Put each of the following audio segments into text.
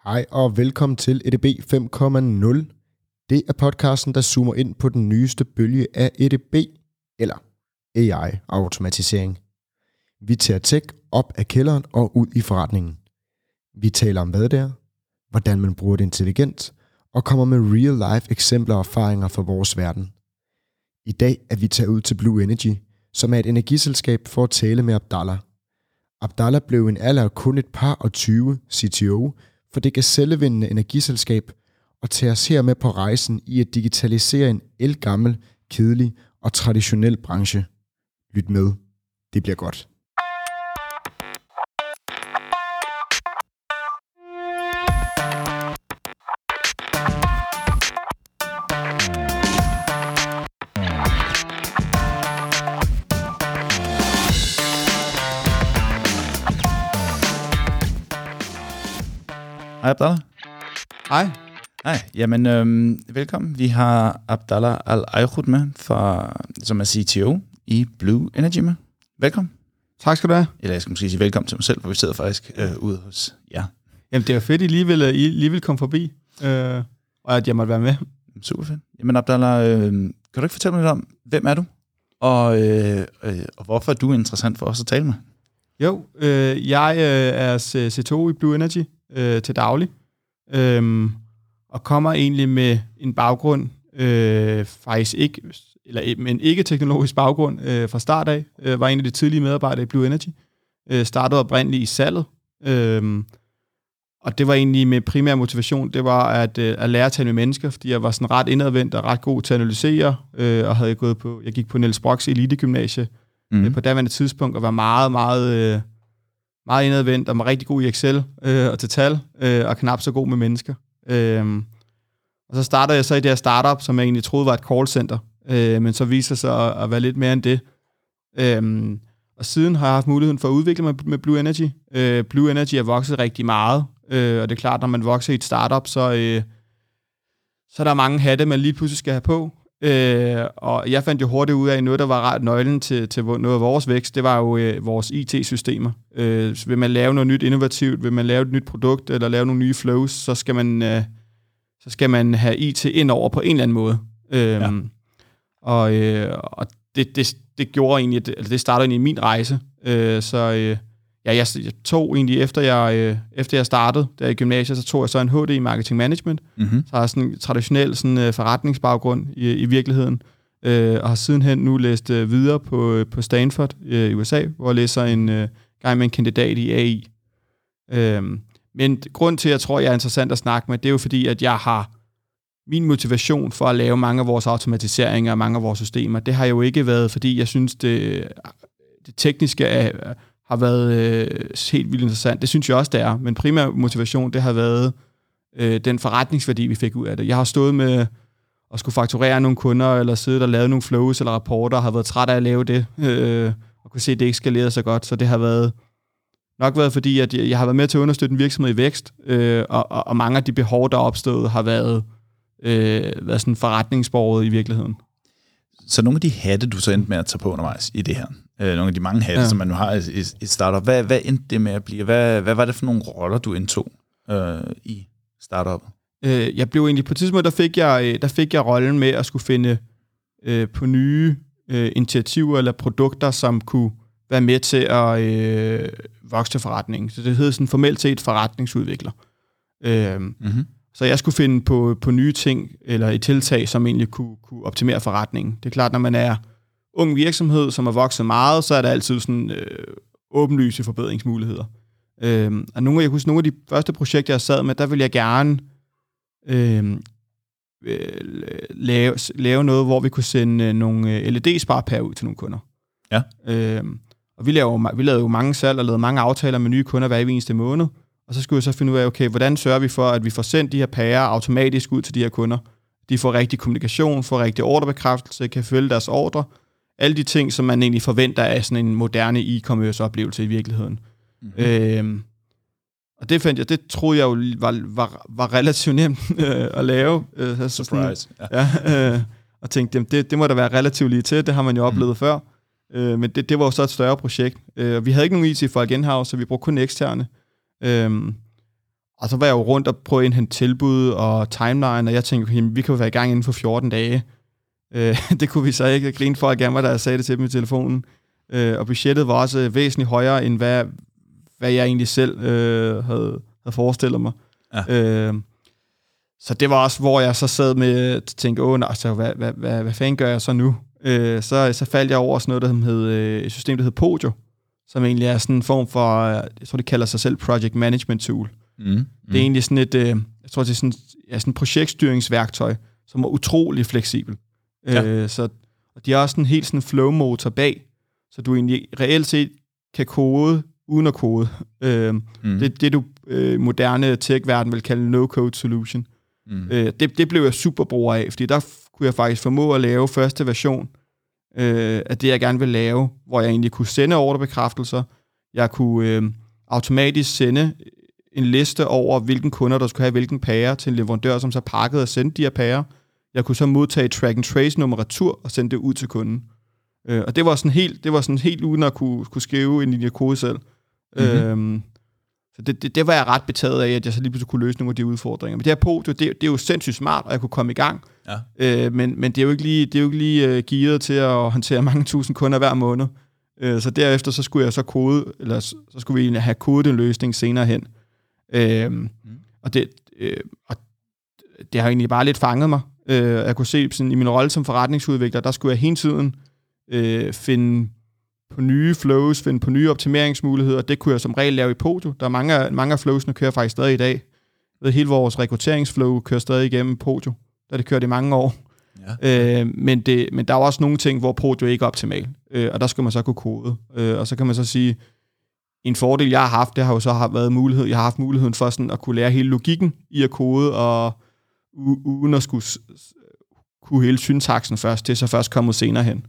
Hej og velkommen til EDB 5.0. Det er podcasten, der zoomer ind på den nyeste bølge af EDB, eller AI-automatisering. Vi tager tech op af kælderen og ud i forretningen. Vi taler om, hvad det er, hvordan man bruger det intelligent, og kommer med real-life eksempler og erfaringer fra vores verden. I dag er vi taget ud til Blue Energy, som er et energiselskab, for at tale med Abdallah. Abdallah blev en alder af kun et par og 20 CTO for det gazellevindende energiselskab, og tager os her med på rejsen i at digitalisere en ældgammel, kedelig og traditionel branche. Lyt med. Det bliver godt. Hej Abdallah. Hej. Hej, jamen velkommen. Vi har Abdallah Al-Ayhoud med, som er CTO i Blue Energy med. Velkommen. Tak skal du have. Eller jeg skal måske sige velkommen til mig selv, for vi sidder faktisk ude hos jer. Jamen det er fedt, I lige vil komme forbi, og at jeg måtte være med. Super fedt. Jamen Abdallah, kan du ikke fortælle mig lidt om, hvem er du? Og hvorfor er du interessant for os at tale med? Jo, jeg er CTO i Blue Energy til daglig, og kommer egentlig med en baggrund, faktisk ikke, men ikke teknologisk baggrund fra start af. Var en af de tidlige medarbejdere i Blue Energy. Startede oprindeligt i salget, og det var egentlig med primær motivation, det var at lære at tale med mennesker, fordi jeg var sådan ret indadvendt og ret god til at analysere, og jeg gik på Niels Broks Elite-gymnasie på daværende tidspunkt, og var meget indadvendt, og var rigtig god i Excel og til tal, og knap så god med mennesker. Og så startede jeg så i det her startup, som jeg egentlig troede var et callcenter, men så viser sig at være lidt mere end det. Og siden har jeg haft muligheden for at udvikle mig med Blue Energy. Blue Energy er vokset rigtig meget, og det er klart, når man vokser i et startup, så er der mange hatte, man lige pludselig skal have på. Og jeg fandt jo hurtigt ud af, noget, der var ret nøglen til noget af vores vækst, det var jo vores IT-systemer. Vil man lave noget nyt innovativt, vil man lave et nyt produkt, eller lave nogle nye flows, så skal man have IT ind over på en eller anden måde. Og det gjorde egentlig, det startede egentlig min rejse. Jeg tog egentlig, efter jeg startede der i gymnasiet, så tog jeg så en HD i marketing management. Så har jeg sådan en traditionel forretningsbaggrund i virkeligheden. Og har sidenhen nu læst videre på Stanford i USA, hvor jeg læser en gang med en kandidat i AI. Men grund til, at jeg tror, jeg er interessant at snakke med, det er jo fordi, at jeg har min motivation for at lave mange af vores automatiseringer og mange af vores systemer. Det har jo ikke været, fordi jeg synes, det tekniske har været helt vildt interessant. Det synes jeg også, det er. Men primær motivation, det har været den forretningsværdi, vi fik ud af det. Jeg har stået med at skulle fakturere nogle kunder, eller sidde og lave nogle flows eller rapporter, og har været træt af at lave det, og kunne se, at det ikke skalerede så godt. Så det har nok været fordi, at jeg har været med til at understøtte en virksomhed i vækst, og mange af de behov, der er opstået, har været sådan forretningsborget i virkeligheden. Så nogle af de hatte, du så endte med at tage på undervejs i det her, nogle af de mange hatte, som man nu har i et startup, hvad endte det med at blive? Hvad var det for nogle roller, du indtog i startupet? Jeg blev egentlig, på et tidspunkt, der fik jeg rollen med at skulle finde på nye initiativer eller produkter, som kunne være med til at vokse til forretningen. Så det hed sådan formelt set forretningsudvikler. Så jeg skulle finde på nye ting, eller et tiltag, som egentlig kunne optimere forretningen. Det er klart, når man er ung virksomhed, som har vokset meget, så er der altid sådan åbenlyse forbedringsmuligheder. Og jeg husker nogle af de første projekter, jeg sad med, der ville jeg gerne lave noget, hvor vi kunne sende nogle LED-sparepærer ud til nogle kunder. Ja. Og vi lavede jo mange salg og lavede mange aftaler med nye kunder hver eneste måned. Og så skulle jeg så finde ud af, okay, hvordan sørger vi for, at vi får sendt de her pærer automatisk ud til de her kunder. De får rigtig kommunikation, får rigtig ordrebekræftelse, kan følge deres ordre. Alle de ting, som man egentlig forventer af sådan en moderne e-commerce-oplevelse i virkeligheden. Og det troede jeg jo var relativt nemt at lave. Surprise. Og tænkte, det må da være relativt lige til, det har man jo oplevet før. Men det var jo så et større projekt. Vi havde ikke nogen IT-folk in-house, så vi brugte kun eksterne. Og så var jeg jo rundt og prøve at indhente tilbud og timeline, og jeg tænkte, okay, vi kan jo være i gang inden for 14 dage. Det kunne vi så ikke. Jeg grinede for, at gerne var der, jeg sagde det til dem i telefonen. Og budgettet var også væsentligt højere, end hvad jeg egentlig selv havde forestillet mig. Ja. Så det var også, hvor jeg så sad med at tænke, hvad fanden gør jeg så nu? Så faldt jeg over sådan noget, der hed et system, der hed Podio, som egentlig er sådan en form for, jeg tror, det kalder sig selv Project Management Tool. Det er egentlig sådan et, jeg tror, det er sådan et projektstyringsværktøj, som er utrolig fleksibel. Ja. Og de har også en helt sådan flow-motor bag, så du egentlig reelt set kan kode uden at kode. Det du moderne tech-verden vil kalde no-code solution. Det blev jeg super bruger af, fordi der kunne jeg faktisk formå at lave første version af det, jeg gerne vil lave, hvor jeg egentlig kunne sende ordrebekræftelser. Jeg kunne automatisk sende en liste over, hvilken kunder, der skulle have hvilken pære til en leverandør, som så pakkede og sendte de her pærer. Jeg kunne så modtage track and trace nummer retur og sende det ud til kunden. Og det var sådan helt uden at kunne skrive en linje kode selv. Så det var jeg ret betaget af, at jeg så lige pludselig kunne løse nogle af de udfordringer. Men det her Podio, det er jo sindssygt smart, og jeg kunne komme i gang. Ja. Men det er jo ikke lige gearet til at håndtere mange tusind kunder hver måned. Så derefter så skulle jeg så kode, eller så skulle vi egentlig have kodet en løsning senere hen. Og det har egentlig bare lidt fanget mig. Jeg kunne se sådan, i min rolle som forretningsudvikler, der skulle jeg hele tiden finde på nye flows, finde på nye optimeringsmuligheder. Det kunne jeg som regel lave i Podio. Der er mange af flowsene kører faktisk stadig i dag. Hele vores rekrutteringsflow kører stadig igennem Podio. Der det kørt i mange år. Ja. Men der er også nogle ting, hvor Podio ikke er optimal. Og der skal man så kunne kode. Og så kan man så sige, en fordel, jeg har haft, det har jo så været mulighed. Jeg har haft muligheden for sådan at kunne lære hele logikken i at kode, og uden at skulle kunne hele syntaksen først, det er så først kommet senere hen.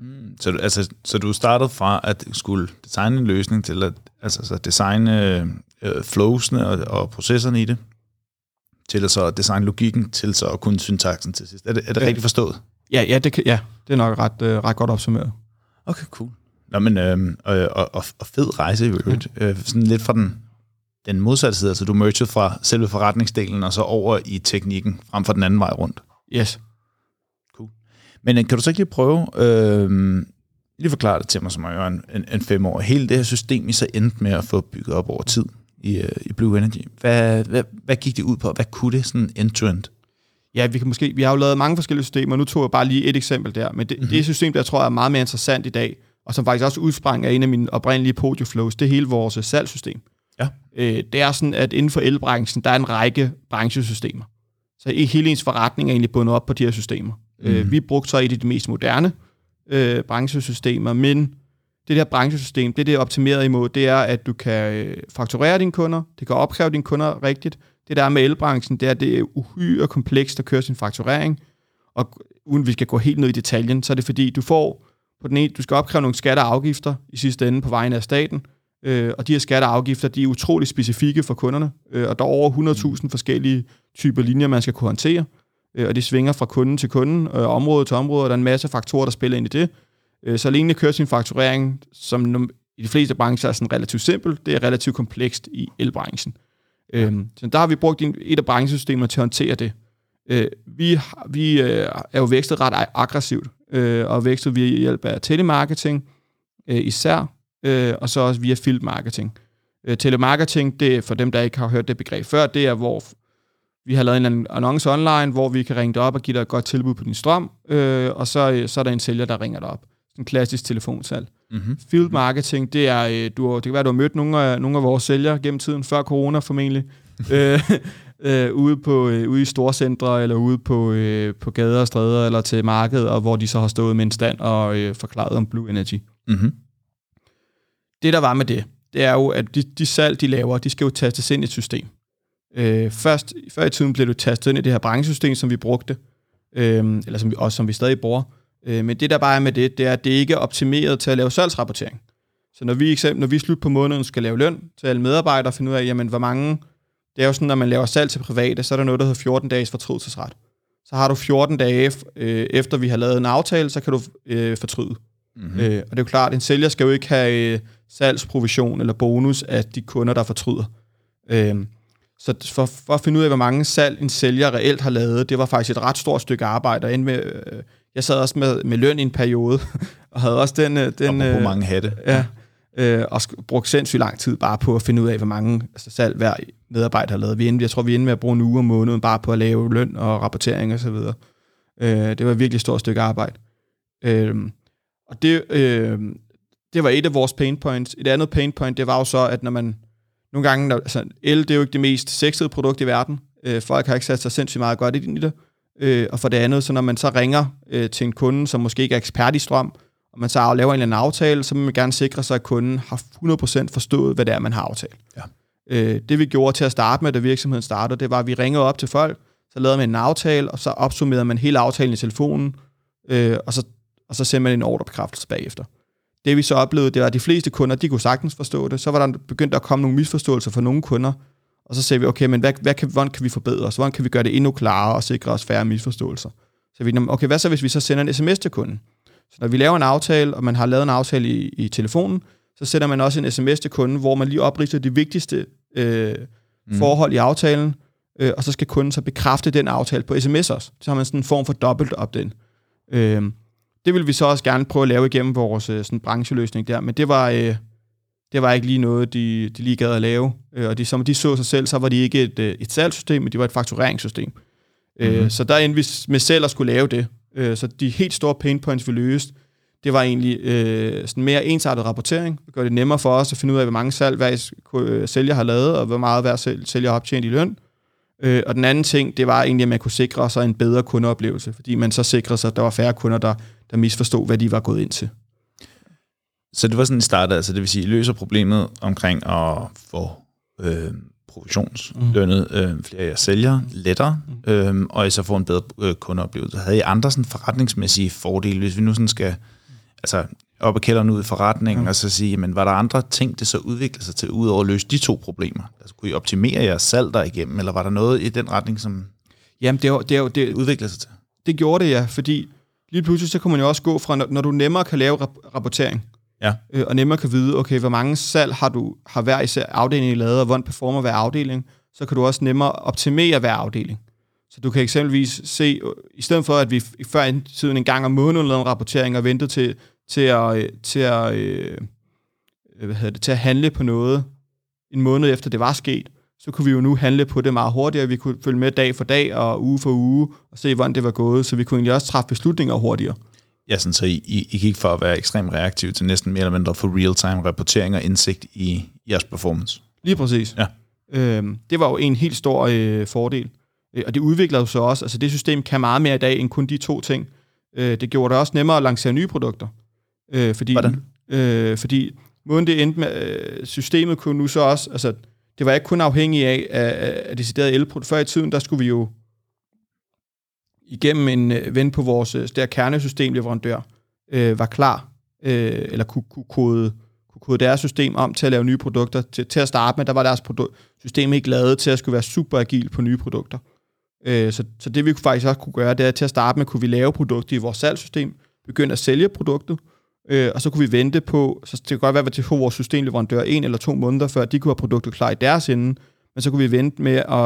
Så du startede fra at skulle designe en løsning til at så designe flowsene og processerne i det, til at så designe logikken, til så at kunne syntaksen til sidst. Er det rigtigt forstået? Ja, det er nok ret godt opsummeret. Okay, cool. Nå, men og fed rejse i øvrigt. Sådan lidt fra den modsatte side, altså du merged fra selve forretningsdelen og så over i teknikken, frem for den anden vej rundt. Yes. Cool. Men kan du så ikke lige prøve, lige forklare det til mig, som jeg gør en 5 år. Hele det her system, I så endte med at få bygget op over tid i Blue Energy. Hvad gik det ud på? Hvad kunne det sådan end-to-end? Ja, vi har jo lavet mange forskellige systemer. Nu tog jeg bare lige et eksempel der. Men det er et system, der jeg tror er meget mere interessant i dag, og som faktisk også udsprang af en af mine oprindelige Podio flows. Det er hele vores salgssystem. Ja. Det er sådan, at inden for elbranchen, der er en række branchesystemer. Så hele ens forretning er egentlig bundet op på de her systemer. Vi brugte så et af de mest moderne branchesystemer, men det der branchesystem, det er optimeret imod, det er, at du kan fakturere dine kunder, det kan opkræve dine kunder rigtigt. Det der med elbranchen, det er uhyre komplekst at køre sin fakturering, og uden vi skal gå helt ned i detaljen, så er det fordi, du skal opkræve nogle skatter og afgifter i sidste ende på vegne af staten, og de her skatter og afgifter, de er utrolig specifikke for kunderne, og der er over 100.000 forskellige typer linjer, man skal kunne håndtere, og det svinger fra kunde til kunde, område til område, og der er en masse faktorer, der spiller ind i det. Så alene at køre sin fakturering, som i de fleste brancher er sådan relativt simpelt, det er relativt komplekst i elbranchen. Så der har vi brugt et af branchesystemerne til at håndtere det. Vi er jo vækstet ret aggressivt, og vækstet via hjælp af telemarketing især, og så også via field marketing. Telemarketing, det er for dem, der ikke har hørt det begreb før, det er, hvor vi har lavet en annonce online, hvor vi kan ringe dig op og give dig et godt tilbud på din strøm, og så er der en sælger, der ringer dig op. En klassisk telefonsalg. Field marketing, det er, det kan være, du har mødt nogle af vores sælgere gennem tiden, før corona formentlig, ude i storcentre, eller ude på gader og stræder, eller til markedet, og hvor de så har stået med en stand og forklaret om Blue Energy. Det, der var med det er jo, at de salg, de laver, de skal jo tastes ind i et system. Før i tiden blev det tastet ind i det her branchesystem, som vi brugte, eller som vi stadig bruger. Men det, der bare er med det er, at det ikke er optimeret til at lave salgsrapportering. Så når vi slut på måneden skal lave løn til alle medarbejdere og finde ud af, jamen, hvor mange... Det er jo sådan, når man laver salg til private, så er der noget, der hedder 14 dages fortrydelsesret. Så har du 14 dage efter vi har lavet en aftale, så kan du fortryde. Og det er jo klart, at en sælger skal jo ikke have salgsprovision eller bonus af de kunder, der fortryder. Så for at finde ud af, hvor mange salg en sælger reelt har lavet, det var faktisk et ret stort stykke arbejde. Og jeg sad også med løn i en periode, og havde også den og på mange hatte. Ja, og brugte sindssygt lang tid bare på at finde ud af, hvor mange salg hver medarbejder har lavet. Jeg tror, vi endte med at bruge en uge om måneden bare på at lave løn og rapportering og så videre. Det var et virkelig stort stykke arbejde. Og det var et af vores pain points. Et andet pain point, det var jo så, at når man nogle gange, altså el, det er jo ikke det mest sexede produkt i verden. Folk har ikke sat sig sindssygt meget godt ind i det. Og for det andet, så når man så ringer til en kunde, som måske ikke er ekspert i strøm, og man så laver en eller anden aftale, så vil man gerne sikre sig, at kunden har 100% forstået, hvad det er, man har aftalt. Ja. Det vi gjorde til at starte med, da virksomheden startede, det var, at vi ringede op til folk, så lavede man en aftale, og så opsummerede man hele aftalen i telefonen, og så sendte man en ordrebekræftelse bagefter. Det vi så oplevede, det var, at de fleste kunder, de kunne sagtens forstå det. Så var der begyndt at komme nogle misforståelser for nogle kunder, og så sagde vi, okay, men hvordan kan vi forbedre os? Hvordan kan vi gøre det endnu klarere og sikre os færre misforståelser? Så vi, okay, hvad så hvis vi så sender en sms til kunden? Så når vi laver en aftale, og man har lavet en aftale i telefonen, så sender man også en sms til kunden, hvor man lige opridser de vigtigste forhold i aftalen, og så skal kunden så bekræfte den aftale på sms også. Så har man sådan en form for dobbelt opt-in. Det vil vi så også gerne prøve at lave igennem vores sådan brancheløsning der, men det var ikke lige noget, de lige gad at lave. Og som de så sig selv, så var de ikke et salgssystem, men de var et faktureringssystem. Så der endte vi med selv at skulle lave det. Så de helt store pain points, vi løste, det var egentlig sådan mere ensartet rapportering. Det gør det nemmere for os at finde ud af, hvor mange salg hver sælger har lavet, og hvor meget hver sælger har optjent i løn. Og den anden ting, det var egentlig, at man kunne sikre sig en bedre kundeoplevelse, fordi man så sikrede sig, at der var færre kunder, der misforstod, hvad de var gået ind til. Så det var sådan, det startede, altså det vil sige, I løser problemet omkring at få provisionslønnet flere af jeres sælgere lettere, og I så får en bedre kundeoplevelse. Havde I andre sådan forretningsmæssige fordele, hvis vi nu sådan skal op og kælderen ud i forretningen, og så sige, men var der andre ting, det så udviklede sig til, udover at løse de to problemer? Altså, kunne I optimere jeres salg derigennem, eller var der noget i den retning, som det udviklede sig til? Det gjorde det, ja, fordi lige pludselig så kunne man jo også gå fra, når du nemmere kan lave rapportering, og nemmere kan vide, okay, hvor mange salg har hver især afdeling lavet, og hvordan performer hver afdeling, så kan du også nemmere optimere hver afdeling. Så du kan eksempelvis se, i stedet for at vi før i tiden en gang om måneden lavede en rapportering og ventede til at handle på noget en måned efter det var sket, så kunne vi jo nu handle på det meget hurtigere. Vi kunne følge med dag for dag og uge for uge og se, hvordan det var gået, så vi kunne egentlig også træffe beslutninger hurtigere. Ja, sådan, så I gik for at være ekstremt reaktive til næsten mere eller mindre for real-time rapportering og indsigt i jeres performance. Lige præcis. Ja. Det var jo en helt stor fordel. Og det udvikler jo så også, altså det system kan meget mere i dag end kun de to ting. Det gjorde det også nemmere at lancere nye produkter. Fordi måden det endte med, systemet kunne nu så også, altså det var ikke kun afhængigt af decideret elprodukter. Før i tiden, der skulle vi jo igennem en ven på vores der kernesystemleverandør var klar, eller kunne kode deres system om til at lave nye produkter. Til at starte med, der var deres system ikke lavet til at skulle være super agil på nye produkter. Så det vi faktisk også kunne gøre, det er, at til at starte med, kunne vi lave produkter i vores salgssystem, begynde at sælge produktet, og så kunne vi vente på, så det kan godt være, at det tog vores systemleverandør 1 eller 2 måneder, før de kunne have produktet klar i deres ende, men så kunne vi vente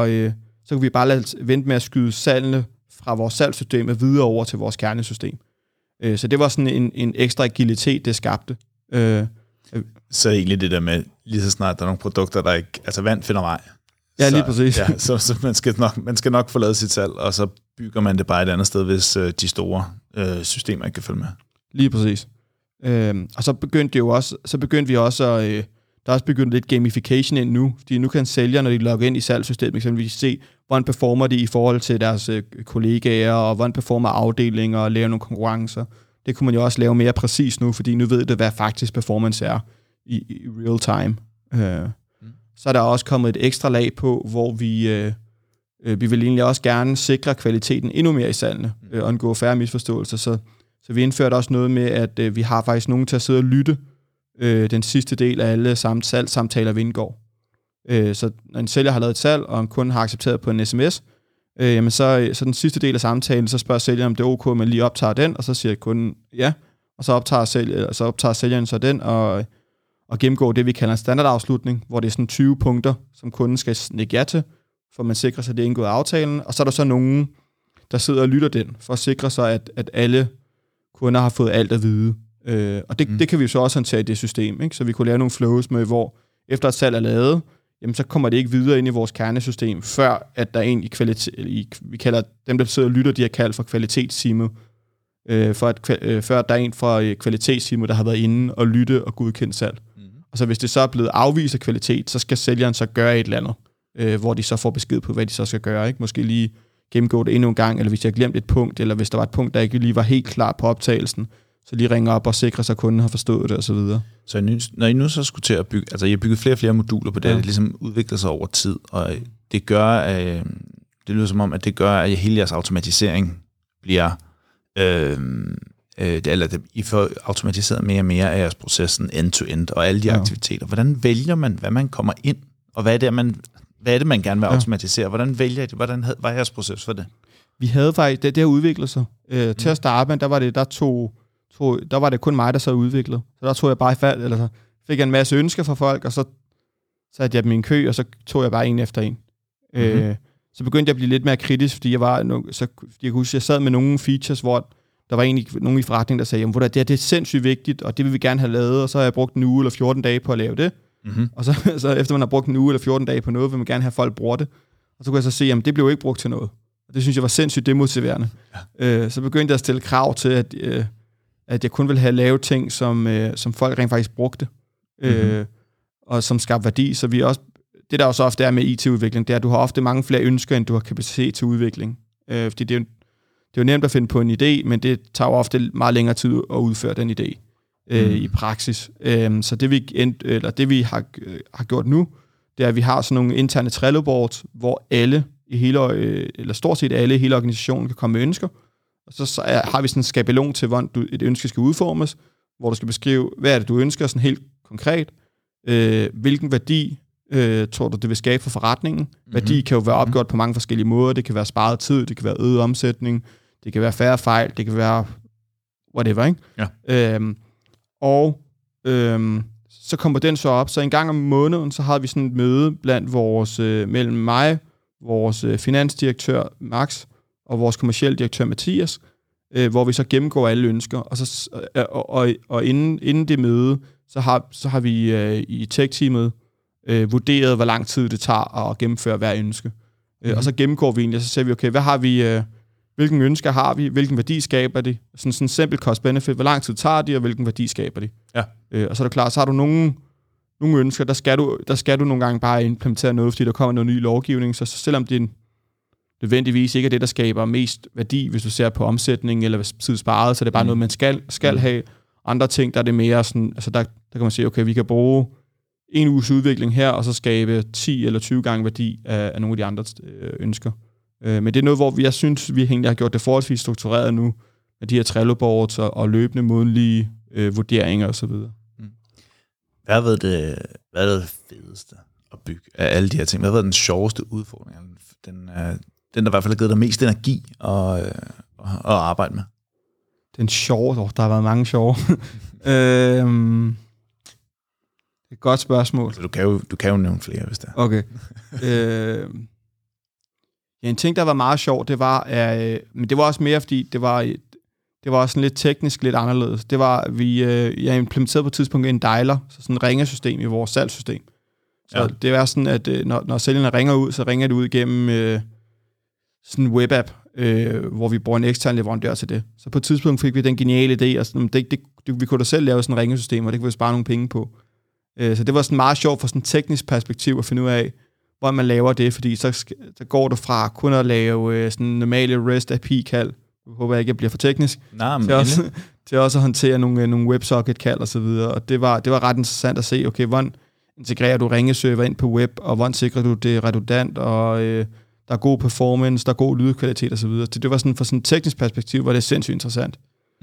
med at skyde salgene fra vores salgssystem videre over til vores kernesystem. Så det var sådan en ekstra agilitet, det skabte. Så egentlig det der med, lige så snart der er nogle produkter, der ikke, altså vand finder vej. Ja, lige præcis. Ja, så man skal nok få lavet sit salg, og så bygger man det bare et andet sted, hvis de store systemer ikke kan følge med. Lige præcis. Og så begyndte vi også at, der er også begyndt lidt gamification ind nu, fordi nu kan sælgere, når de logger ind i salgssystemet, eksempelvis se, hvordan performer de i forhold til deres kollegaer, og hvordan performer afdelinger, og lave nogle konkurrencer. Det kunne man jo også lave mere præcis nu, fordi nu ved det, hvad faktisk performance er i real time. Så er der også kommet et ekstra lag på, hvor vi vil egentlig også gerne sikre kvaliteten endnu mere i salgene, og undgå færre misforståelser. Så vi indførte også noget med, at vi har faktisk nogen til at sidde og lytte den sidste del af alle salgssamtaler, vi indgår. Så når en sælger har lavet et salg, og en kunde har accepteret på en sms, jamen så den sidste del af samtalen, så spørger sælgeren, om det er ok, at man lige optager den, og så siger kunden ja, og så optager sælgeren så den, og gennemgår det, vi kalder en standardafslutning, hvor det er sådan 20 punkter, som kunden skal nikke ja til, for man sikrer sig, at det er indgået aftalen, og så er der så nogen, der sidder og lytter den, for at sikre sig, at alle kunder har fået alt at vide. Og det kan vi jo så også håndtere i det system, ikke? Så vi kunne lave nogle flows med, hvor efter et salg er lavet, jamen så kommer det ikke videre ind i vores kernesystem, før at der er en vi kalder dem, der sidder og lytter, de har kaldt for kvalitetsteamet, før der er en fra kvalitetsteamet, der har været inde og lytte og godkendt salg. Og så hvis det så er blevet afvist af kvalitet, så skal sælgeren så gøre et eller andet, hvor de så får besked på, hvad de så skal gøre. Ikke? Måske lige gennemgå det endnu en gang, eller hvis jeg har glemt et punkt, eller hvis der var et punkt, der ikke lige var helt klar på optagelsen, så lige ringer op og sikrer sig, at kunden har forstået det, osv. Så når I nu så skulle til at bygge, altså I har bygget flere og flere moduler på det, det ligesom udvikler sig over tid, og det gør, det lyder som om, at det gør, at hele jeres automatisering bliver, I får automatiseret mere og mere af jeres processen end-to-end, og alle de aktiviteter. Hvordan vælger man, hvad man kommer ind, og hvad er det, man gerne vil automatisere? Hvordan vælger I det? Hvordan var jeres proces for det? Vi havde faktisk, det har udviklet sig. Til at starte med, der var det kun mig, der så udviklede. Så der tog jeg bare fik jeg en masse ønsker fra folk, og så satte jeg dem i en kø, og så tog jeg bare en efter en. Så begyndte jeg at blive lidt mere kritisk, fordi jeg kunne huske, jeg sad med nogle features, hvor der var egentlig nogen i forretningen, der sagde, jamen, det er sindssygt vigtigt, og det vil vi gerne have lavet, og så har jeg brugt en uge eller 14 dage på at lave det. Og så efter man har brugt en uge eller 14 dage på noget, vil man gerne have, at folk bruger det. Og så kunne jeg så se, jamen det blev jo ikke brugt til noget. Og det synes jeg var sindssygt demotiverende. Så begyndte jeg at stille krav til, at jeg kun ville have lavet ting, som folk rent faktisk brugte, og som skabte værdi. Så vi også, det der også ofte er med IT-udvikling, det er, at du har ofte mange flere ønsker, end du har kapacitet til udvikling. Fordi det er jo nemt at finde på en idé, men det tager jo ofte meget længere tid at udføre den idé i praksis. Så det vi har gjort nu, det er, at vi har sådan nogle interne Trello-boards, hvor alle eller stort set alle i hele organisationen kan komme med ønsker. Og så har vi sådan en skabelon til, hvordan et ønske skal udformes, hvor du skal beskrive, hvad er det, du ønsker, sådan helt konkret. Hvilken værdi tror du, det vil skabe for forretningen? Værdi kan jo være opgjort på mange forskellige måder. Det kan være sparet tid, det kan være øget omsætning, det kan være færre fejl, det kan være whatever, ikke? Ja. Så kommer den så op. Så en gang om måneden, så har vi sådan et møde blandt mellem mig, vores finansdirektør Max, og vores kommercielle direktør Mathias, hvor vi så gennemgår alle ønsker. Og inden det møde, så har vi i tech-teamet vurderet, hvor lang tid det tager at gennemføre hver ønske. Og så gennemgår vi egentlig, og så ser vi, okay, hvad har vi, hvilken ønsker har vi, hvilken værdi skaber de? Sådan en simpel cost-benefit, hvor lang tid tager de, og hvilken værdi skaber de? Ja. Og så er det klart, så har du nogle ønsker, der skal du nogle gange bare implementere noget, fordi der kommer noget ny lovgivning, så selvom det nødvendigvis ikke er det, der skaber mest værdi, hvis du ser på omsætning eller tid sparet, så det er bare noget, man skal have. Andre ting, der er det mere sådan, altså der kan man sige, okay, vi kan bruge en uges udvikling her, og så skabe 10 eller 20 gange værdi af nogle af de andre ønsker. Men det er noget, hvor jeg synes, vi egentlig har gjort det forholdsvis struktureret nu, med de her Trello-boards og løbende månedlige vurderinger osv. Hvad har været det fedeste at bygge af alle de her ting? Hvad har været den sjoveste udfordring? Den der i hvert fald har givet dig mest energi at arbejde med? Den sjove? Der har været mange sjove. Det er et godt spørgsmål. Så du kan jo nævne flere, hvis det er. Okay. En ting, der var meget sjov, det var, men det var også mere, fordi det var også sådan lidt teknisk, lidt anderledes. Det var, jeg implementerede på et tidspunkt en dialer, så sådan et ringesystem i vores salgssystem. Så det var sådan, at når sælgerne ringer ud, så ringer det ud igennem sådan en webapp, hvor vi bruger en ekstern leverandør til det. Så på et tidspunkt fik vi den geniale idé, og sådan, vi kunne da selv lave sådan et ringesystem, og det kunne vi spare nogle penge på. Så det var sådan meget sjovt fra sådan et teknisk perspektiv at finde ud af, hvordan man laver det, fordi så går du fra kun at lave sådan normale REST API-kald, jeg håber jeg ikke, jeg bliver for teknisk, til også at håndtere nogle WebSocket-kald og så videre. Og det var ret interessant at se, okay, hvordan integrerer du ringeserver ind på web, og hvordan sikrer du det redundant, og der er god performance, der er god lydkvalitet og så videre. Så det var sådan, fra sådan et teknisk perspektiv, var det sindssygt interessant.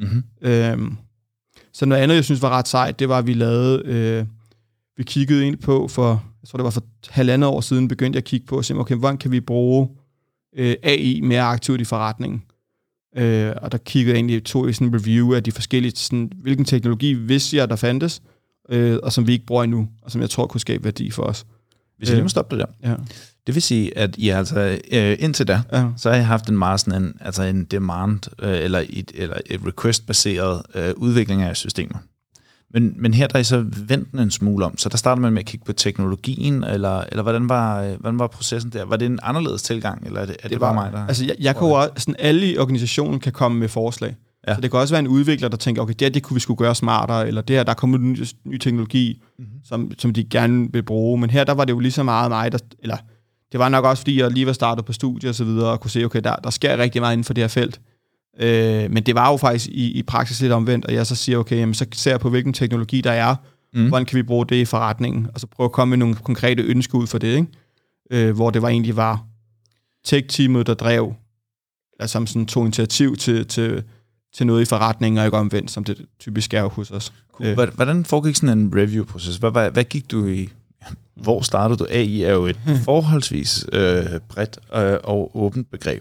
Så noget andet, jeg synes var ret sejt, det var, at vi lavede, vi kiggede ind på jeg tror det var for 1,5 år siden, begyndte jeg at kigge på og se, okay, hvordan kan vi bruge AI mere aktivt i forretningen? Og der kiggede jeg egentlig, tog i sådan en review af de forskellige, sådan, hvilken teknologi vidste jeg, der fandtes, og som vi ikke bruger endnu, og som jeg tror kunne skabe værdi for os. Hvis jeg lige må stoppe det der. Ja. Det vil sige, at I altså indtil da, så har I haft en meget sådan en demand eller et request-baseret udvikling af systemer. Men her der er I så vendt en smule om, så der starter man med at kigge på teknologien, eller hvordan var processen der? Var det en anderledes tilgang, eller er det bare mig, der... Altså, jeg kan jo også, sådan alle i organisationen kan komme med forslag. Ja. Så det kan også være en udvikler, der tænker, okay, det kunne vi skulle gøre smartere, eller det her, der er kommet ny teknologi, som de gerne vil bruge. Men her, der var det jo lige så meget mig, eller det var nok også, fordi jeg lige var startet på studie og så videre, og kunne se, okay, der sker rigtig meget inden for det her felt. Men det var jo faktisk i praksis lidt omvendt, og jeg så siger, okay, jamen, så ser jeg på, hvilken teknologi der er, hvordan kan vi bruge det i forretningen, og så prøve at komme med nogle konkrete ønsker ud for det, ikke? Hvor det egentlig var tech-teamet, der drev, eller som sådan tog initiativ til noget i forretningen, og ikke omvendt, som det typisk er hos os. Hvordan foregik sådan en review-proces? Hvad gik du i? Hvor startede du? AI er jo et forholdsvis bredt og åbent begreb.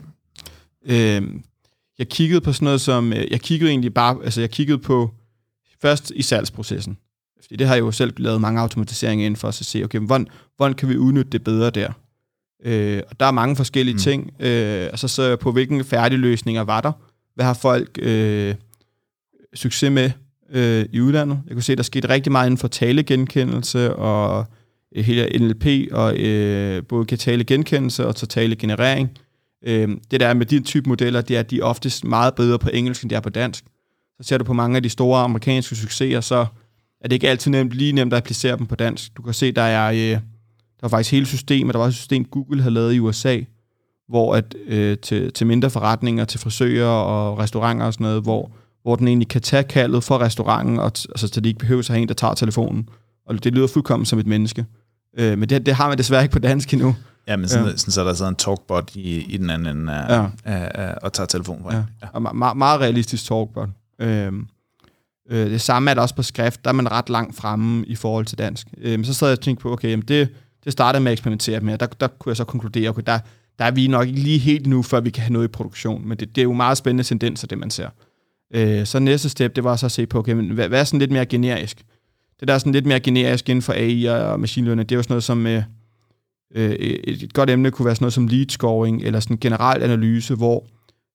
Jeg kiggede på sådan noget som... Jeg kiggede på først i salgsprocessen. Fordi det har jeg jo selv lavet mange automatiseringer inden for at se, okay, hvordan kan vi udnytte det bedre der? Og der er mange forskellige ting. Så på hvilke færdigløsninger var der? Hvad har folk succes med i udlandet? Jeg kunne se, der skete rigtig meget inden for talegenkendelse og hele NLP, og både kan talegenkendelse og talegenerering. Det der med de type modeller, det er, at de er oftest meget bedre på engelsk, end de er på dansk. Så ser du på mange af de store amerikanske succeser, så er det ikke altid lige nemt at applicere dem på dansk. Du kan se, der var faktisk hele systemet, der var et system, Google havde lavet i USA, hvor til mindre forretninger, til frisører og restauranter og sådan noget, hvor den egentlig kan tage kaldet for restauranten, og så de ikke behøver at have en, der tager telefonen. Og det lyder fuldkommen som et menneske. Men det har man desværre ikke på dansk endnu. Ja, men sådan så der sidder en talkbot i den anden ende og tager telefonen fra. Ja. Og meget realistisk talkbot. Det samme er der også på skrift, der er man ret langt fremme i forhold til dansk. Men så sad jeg og tænkte på, okay, jamen det startede med at eksperimentere med, der kunne jeg så konkludere, okay, der er vi nok ikke lige helt nu, før vi kan have noget i produktion, men det er jo meget spændende tendenser, det man ser. Så næste step, det var så at se på, okay, men hvad er sådan lidt mere generisk? Det der er sådan lidt mere generisk inden for AI og machine learning, det er jo sådan noget som... et godt emne kunne være sådan noget som lead scoring, eller sådan en generel analyse, hvor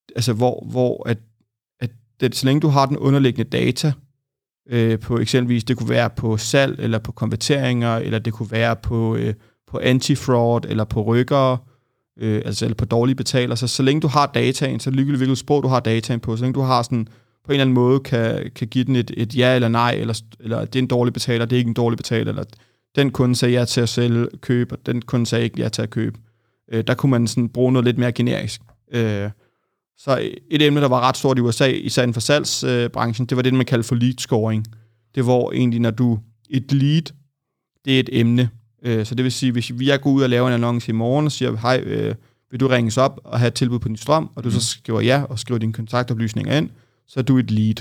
så længe du har den underliggende data, på eksempelvis, det kunne være på salg, eller på konverteringer, eller det kunne være på anti-fraud, eller på rykkere, eller på dårlige betaler, så længe du har dataen, så ligegyldigt hvilket sprog du har dataen på, så længe du har sådan, på en eller anden måde kan give den et ja eller nej, eller det er en dårlig betaler, det er ikke en dårlig betaler, eller den kunde sagde ja til at sælge, købe, og den kunde sagde ikke ja til at købe. Der kunne man sådan bruge noget lidt mere generisk. Så et emne, der var ret stort i USA, især inden for salgsbranchen, det var det, man kaldte for lead scoring. Det var egentlig, når du... Et lead, det er et emne. Så det vil sige, hvis jeg går ud og laver en annonce i morgen og siger, hej, vil du ringes op og have et tilbud på din strøm, og du så skriver ja, og skriver dine kontaktoplysninger ind, så er du et lead.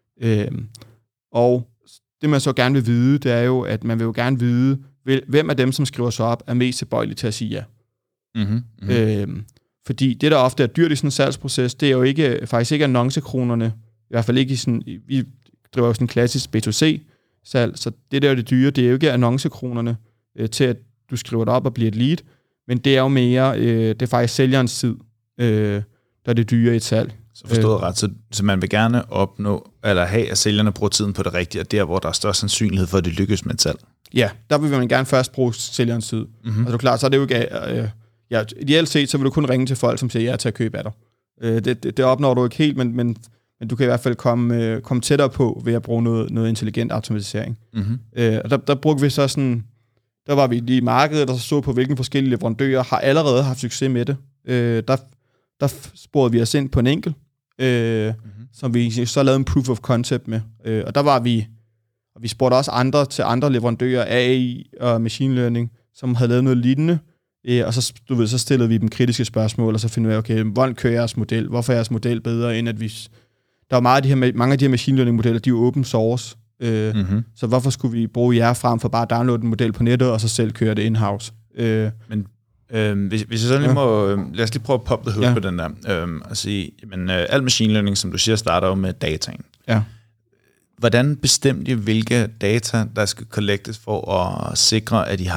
Og det, man så gerne vil vide, det er jo, at man vil jo gerne vide, hvem af dem, som skriver sig op, er mest tilbøjelig til at sige ja. Fordi det, der ofte er dyrt i sådan en salgsproces, det er jo faktisk ikke annoncekronerne, i hvert fald ikke i sådan, vi driver jo sådan en klassisk B2C-salg, så det der er det dyre, det er jo ikke annoncekronerne til, at du skriver det op og bliver et lead, men det er jo mere, det er faktisk sælgerens tid, der er det dyre i et salg. Så forstået ret, så man vil gerne opnå, eller have, at sælgerne bruger tiden på det rigtige, og der, hvor der er størst sandsynlighed for, at det lykkes med et salg. Ja, der vil man gerne først bruge sælgerens tid. Og så klart, så er det jo ikke... ideelt set, så vil du kun ringe til folk, som siger ja til at købe af dig. Det opnår du ikke helt, men du kan i hvert fald komme tættere på ved at bruge noget intelligent automatisering. Og der brugte vi så sådan... Der var vi lige i markedet, og så på, hvilke forskellige leverandører har allerede haft succes med det. Der sporede vi os ind på en enkelt, som vi så lavede en proof of concept med. Og der var vi spurgte også andre leverandører af AI og machine learning, som havde lavet noget lignende. Og så stillede vi dem kritiske spørgsmål, og så finder vi, okay, hvordan kører jeres model? Hvorfor er jeres model bedre, end at vi... Der er mange af de her machine learning modeller, de er open source. Så hvorfor skulle vi bruge jer frem for bare at downloade en model på nettet, og så selv køre det in-house? Men hvis jeg så lige må... lad os lige prøve at poppe the hood på den der. Og sige, men al machine learning, som du siger, starter jo med dataen. Ja. Hvordan bestemte I, hvilke data, der skal collectes for at sikre, at I har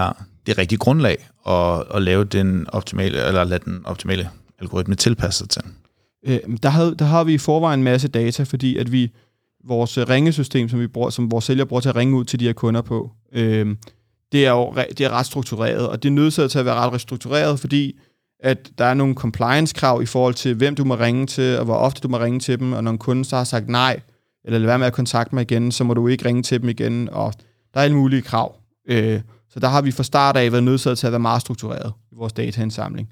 det rigtige grundlag at lave den optimale, eller lade den optimale algoritme tilpasse sig til? Der har vi i forvejen en masse data, fordi at vores ringesystem, som vores sælger bruger til at ringe ud til de her kunder på, det er ret struktureret, og det er nødt til at være ret struktureret, fordi at der er nogle compliance-krav i forhold til, hvem du må ringe til, og hvor ofte du må ringe til dem, og når en kunde så har sagt nej, eller lad være med at kontakte mig igen, så må du ikke ringe til dem igen, og der er alle mulige krav. Så der har vi fra start af været nødt til at være meget struktureret i vores dataindsamling.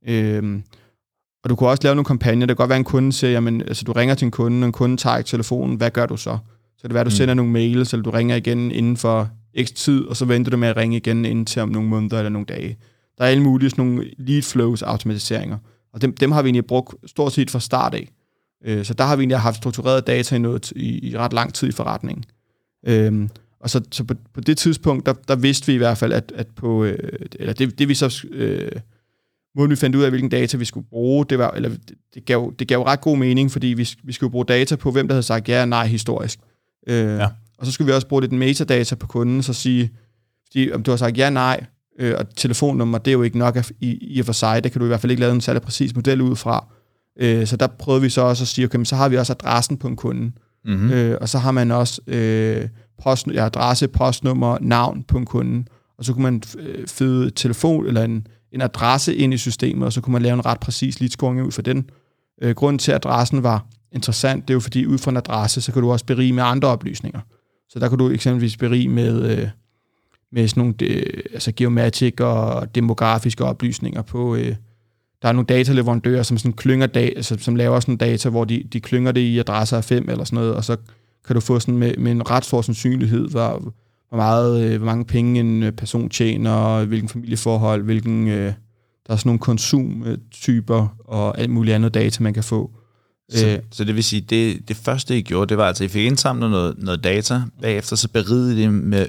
Og du kunne også lave nogle kampagner. Det kan godt være, en kunde siger, jamen, altså, du ringer til en kunde, og en kunde tager ikke telefonen. Hvad gør du så? Så kan det være, at du sender nogle mails, eller du ringer igen inden for x tid, og så venter du med at ringe igen inden til om nogle måneder eller nogle dage. Der er alle mulige sådan nogle lead flows automatiseringer, og dem har vi egentlig brugt stort set fra start af. Så der har vi egentlig haft struktureret data i ret lang tid i forretningen. Og så på det tidspunkt, der vidste vi i hvert fald, at på, eller det vi så... måden vi fandt ud af, hvilken data vi skulle bruge, det gav ret god mening, fordi vi skulle bruge data på, hvem der havde sagt ja og nej historisk. Og så skulle vi også bruge lidt metadata på kunden, så sige, fordi om du har sagt ja og nej, og telefonnummer, det er jo ikke nok i og for sig, det kan du i hvert fald ikke lave en særlig præcis model ud fra. Så der prøvede vi så også at sige, okay, så har vi også adressen på en kunde, og så har man også adresse, postnummer, navn på en kunde, og så kunne man føde telefon eller en adresse ind i systemet, og så kunne man lave en ret præcis lead-scoring ud for den. Grunden til, at adressen var interessant, det er jo fordi, ud fra en adresse, så kan du også berige med andre oplysninger. Så der kan du eksempelvis berige med sådan nogle geomatic og demografiske oplysninger på... der er nogle dataleverandører, som sådan klynger som laver sådan data, hvor de klynger det i adresser af 5 eller sådan noget, og så kan du få sådan med en ret stor sandsynlighed, hvor mange penge en person tjener, hvilken familieforhold, der er sådan nogle konsumtyper og alt muligt andet data, man kan få. Så det vil sige, det første I gjorde, det var altså, I fik indsamlet noget data, bagefter så berigede det med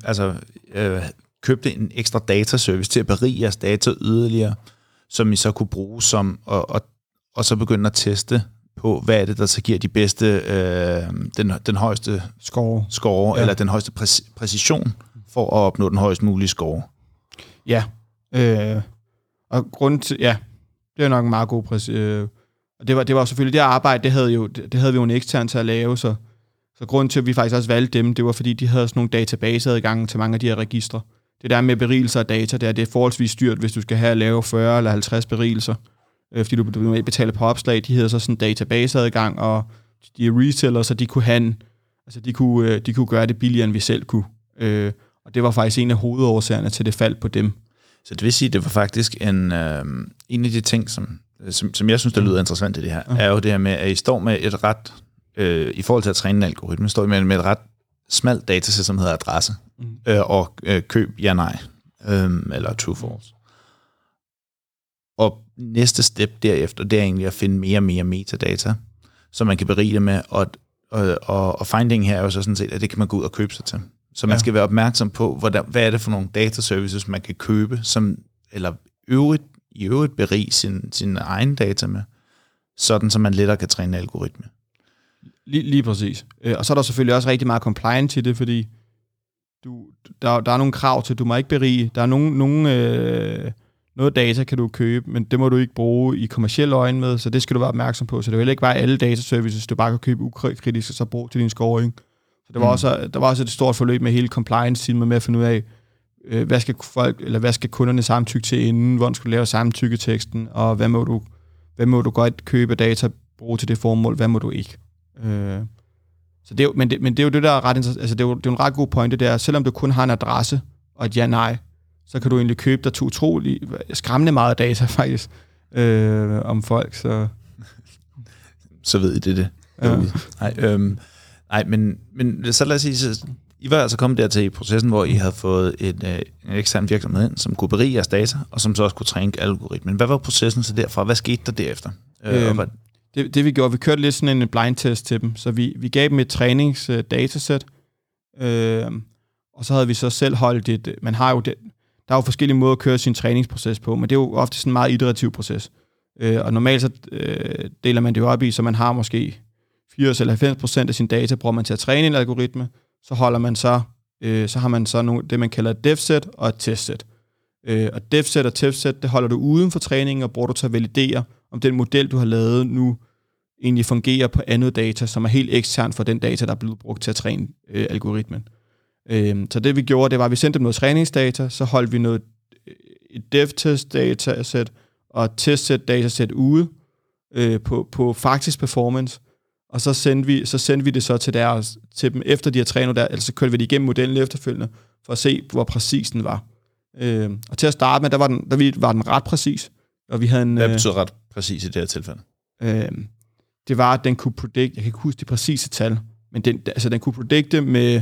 købte en ekstra dataservice til at berige jeres data yderligere, som I så kunne bruge som, og så begynde at teste på, hvad er det, der så giver de bedste, den højeste score, eller den højeste præcision, for at opnå den højst mulige score. Ja, og grunden til, det er nok en meget god præcision. Og det var selvfølgelig det arbejde, det havde vi jo en ekstern til at lave, så grunden til, at vi faktisk også valgte dem, det var fordi, de havde sådan nogle databaseadgange til mange af de her registre. Det der med berigelser af data, det er forholdsvis dyrt, hvis du skal have at lave 40 eller 50 berigelser, fordi du betaler på opslag. De havde så sådan en databaseadgang, og de er resellers, så de kunne gøre det billigere, end vi selv kunne. Og det var faktisk en af hovedårsagerne til det fald på dem. Så det vil sige, at det var faktisk en af de ting, som jeg synes, der lyder interessant i det her, er jo det her med, at I står med et ret, i forhold til at træne en algoritme, står I med et ret smalt datasæt, som hedder adresse, og køb ja-nej, eller true-false. Og næste step derefter, det er egentlig at finde mere og mere metadata, som man kan berige det med, og findingen her er jo så sådan set, at det kan man gå ud og købe sig til. Så man skal være opmærksom på, hvad er det for nogle dataservices, man kan købe, eller i øvrigt berige sin egen data med, sådan så man lettere kan træne algoritme. Lige præcis. Og så er der selvfølgelig også rigtig meget compliance til det, fordi der er nogle krav til, du må ikke berige. Der er noget data kan du købe, men det må du ikke bruge i kommercielle øjne med, så det skal du være opmærksom på. Så det vil ikke være alle dataservices, du bare kan købe ukritisk og så bruge til din scoring. Så der var også et stort forløb med hele compliance-teamet med at finde ud af, hvad skal kunderne samtykke til inden, hvordan skal du lave samtykketeksten, og hvad må du godt købe data, bruge til det formål, hvad må du ikke. Så det er jo, men det er jo det, der er ret interessant. Altså, det er jo en ret god pointe, det er, selvom du kun har en adresse og et ja-nej, så kan du egentlig købe dig til utrolig skræmmende meget data faktisk om folk. Så ved I det. Nej, men så lad os sige, I var altså kommet dertil i processen, hvor I havde fået en ekstern virksomhed ind, som kunne berige jeres data, og som så også kunne træne algoritmen. Hvad var processen så derfra? Hvad skete der derefter? Det vi gjorde, vi kørte lidt sådan en blind test til dem, så vi gav dem et træningsdatasæt, og så havde vi så selv holdt der er jo forskellige måder at køre sin træningsproces på, men det er jo ofte sådan en meget iterativ proces. Og normalt så deler man det jo op i, så man har måske 80-90% af sin data bruger man til at træne en algoritme, så har man så det, man kalder et dev-sæt og et test-sæt. Og devset og testset, det holder du uden for træningen, og bruger du til at validere, om den model, du har lavet nu, egentlig fungerer på andet data, som er helt ekstern for den data, der er blevet brugt til at træne algoritmen. Så det vi gjorde, det var, at vi sendte dem noget træningsdata, så holdt vi et dev-test datasæt og et testset datasæt ude på faktisk performance, og så sendte vi det så til dem, efter de har trænet der, altså så kørte vi det igennem modellen efterfølgende, for at se, hvor præcis den var. Og til at starte med, der var den ret præcis. Og vi havde hvad betyder ret præcis i det her tilfælde? Det var, at den kunne predikte, jeg kan ikke huske de præcise tal, men den kunne predikte med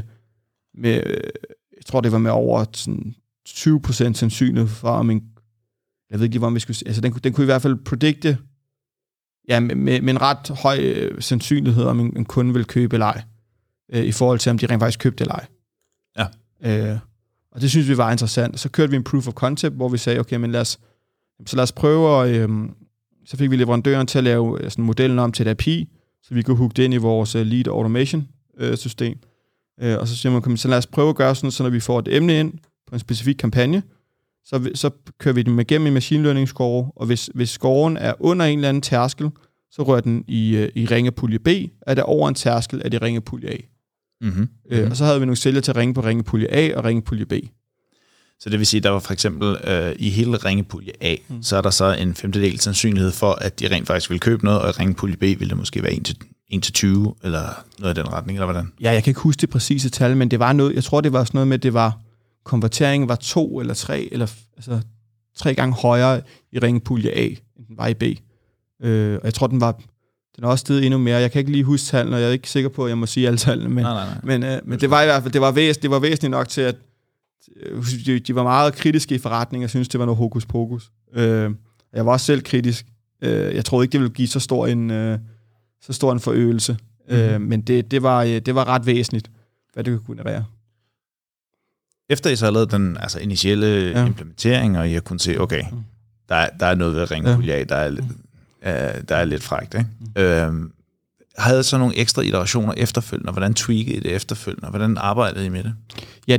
jeg tror det var med over sådan 20% sandsynlighed for, om jeg ved ikke, hvor vi skulle, altså den kunne i hvert fald predikte, ja, med en ret høj sandsynlighed, om en kunde vil købe eller ej, i forhold til, om de rent faktisk købte eller ej. Ja. Og det synes vi var interessant. Så kørte vi en proof of concept, hvor vi sagde, okay, men lad os prøve, så fik vi leverandøren til at lave sådan modellen om til et API, så vi kunne hooke det ind i vores lead automation system. Og så siger man, så lad os prøve at gøre sådan, så når vi får et emne ind på en specifik kampagne, så kører vi den igennem i machine learning score, og hvis scoren er under en eller anden tærskel, så rører den i ringepulje B, er det over en tærskel, er det ringepulje A. Mm-hmm. Og så havde vi nogle sælgere til at ringe på ringepulje A og ringepulje B. Så det vil sige, at der var for eksempel i hele ringepulje A, så er der så en 1/5 sandsynlighed for, at de rent faktisk vil købe noget, og i ringepulje B vil det måske være 1-20, eller noget i den retning, eller hvordan? Ja, jeg kan ikke huske det præcise tal, men det var noget, jeg tror, det var sådan noget med, at det var, konverteringen var 2 eller 3, eller altså 3 gange højere i ringepulje A, end den var i B. Og jeg tror, den er også steget endnu mere. Jeg kan ikke lige huske tallene, og jeg er ikke sikker på, at jeg må sige alle tallene, men det var i hvert fald, det var væsentligt nok til, at de var meget kritiske i forretningen, og synes det var noget hokus pokus. Jeg var også selv kritisk. Jeg troede ikke, det ville give så stor en forøgelse. Men det var ret væsentligt, hvad det kunne generere. Efter I så har lavet den initielle implementering, og I har kunnet se, okay, der er noget ved ringepulje A, der er lidt frækt, ikke? Havde I så nogle ekstra iterationer efterfølgende, og hvordan tweakede I det efterfølgende, og hvordan arbejdede I med det? Ja,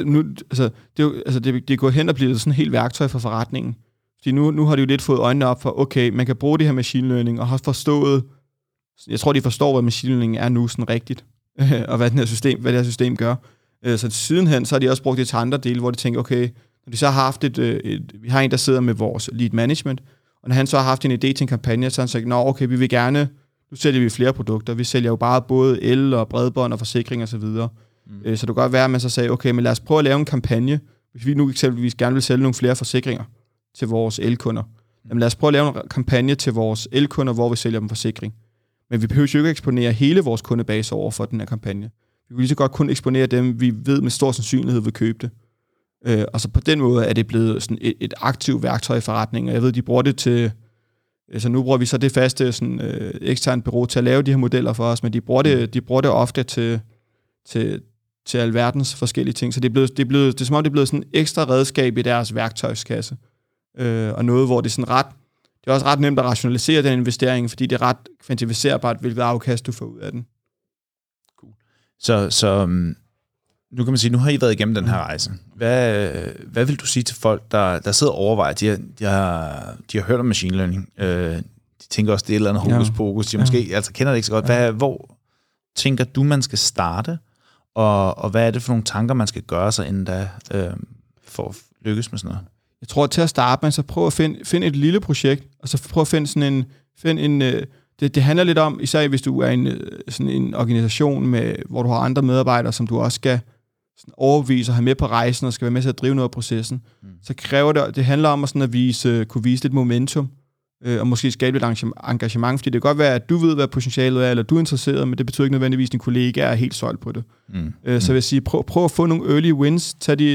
det går hen og bliver sådan en helt værktøj for forretningen. Fordi nu har de jo lidt fået øjnene op for, okay, man kan bruge det her machine learning, og har forstået, jeg tror, de forstår, hvad machine learning er nu sådan rigtigt, og hvad det her system gør. Så sidenhen, så har de også brugt det til andre dele, hvor de tænker, okay, når de så har haft vi har en, der sidder med vores lead management, og når han så har haft en idé til en kampagne, så har han sagt, nå, okay, vi vil gerne, nu sælger vi flere produkter, vi sælger jo bare både el og bredbånd og forsikring og så videre. Så det kan godt være, at man så sagde, okay, men lad os prøve at lave en kampagne, hvis vi nu eksempelvis gerne vil sælge nogle flere forsikringer til vores elkunder. Jamen lad os prøve at lave en kampagne til vores elkunder, hvor vi sælger dem forsikring. Men vi behøver jo ikke eksponere hele vores kundebase over for den her kampagne. Vi kan lige så godt kun eksponere dem, vi ved med stor sandsynlighed vil købe det. Og så på den måde er det blevet sådan et aktivt værktøj i forretningen, og jeg ved, de bruger det til, så nu bruger vi så det faste sådan, eksterne bureau til at lave de her modeller for os, men de bruger det ofte til alverdens forskellige ting, så det er som om det er blevet sådan et ekstra redskab i deres værktøjskasse, og noget, hvor det er sådan det er også ret nemt at rationalisere den investering, fordi det er ret kvantificerbart, hvilket afkast du får ud af den. Cool. Så nu kan man sige, nu har I været igennem den her rejse. Hvad vil du sige til folk, der sidder og overvejer, de har hørt om machine learning, de tænker også, det er et eller andet hokus pokus, de måske kender det ikke så godt. Hvor tænker du, man skal starte, og hvad er det for nogle tanker, man skal gøre sig inden da, for at lykkes med sådan noget? Jeg tror, at til at starte med, så prøv at finde et lille projekt, og så prøv at finde sådan det handler lidt om, især hvis du er en organisation, hvor du har andre medarbejdere, som du også skal overbevise og have med på rejsen, og skal være med til at drive noget af processen, så kræver det handler om at kunne vise lidt momentum, og måske skabe lidt engagement, fordi det kan godt være, at du ved, hvad potentialet er, eller du er interesseret, men det betyder ikke nødvendigvis, at din kollega er helt solgt på det. Så vil jeg sige, prøv at få nogle early wins, tag de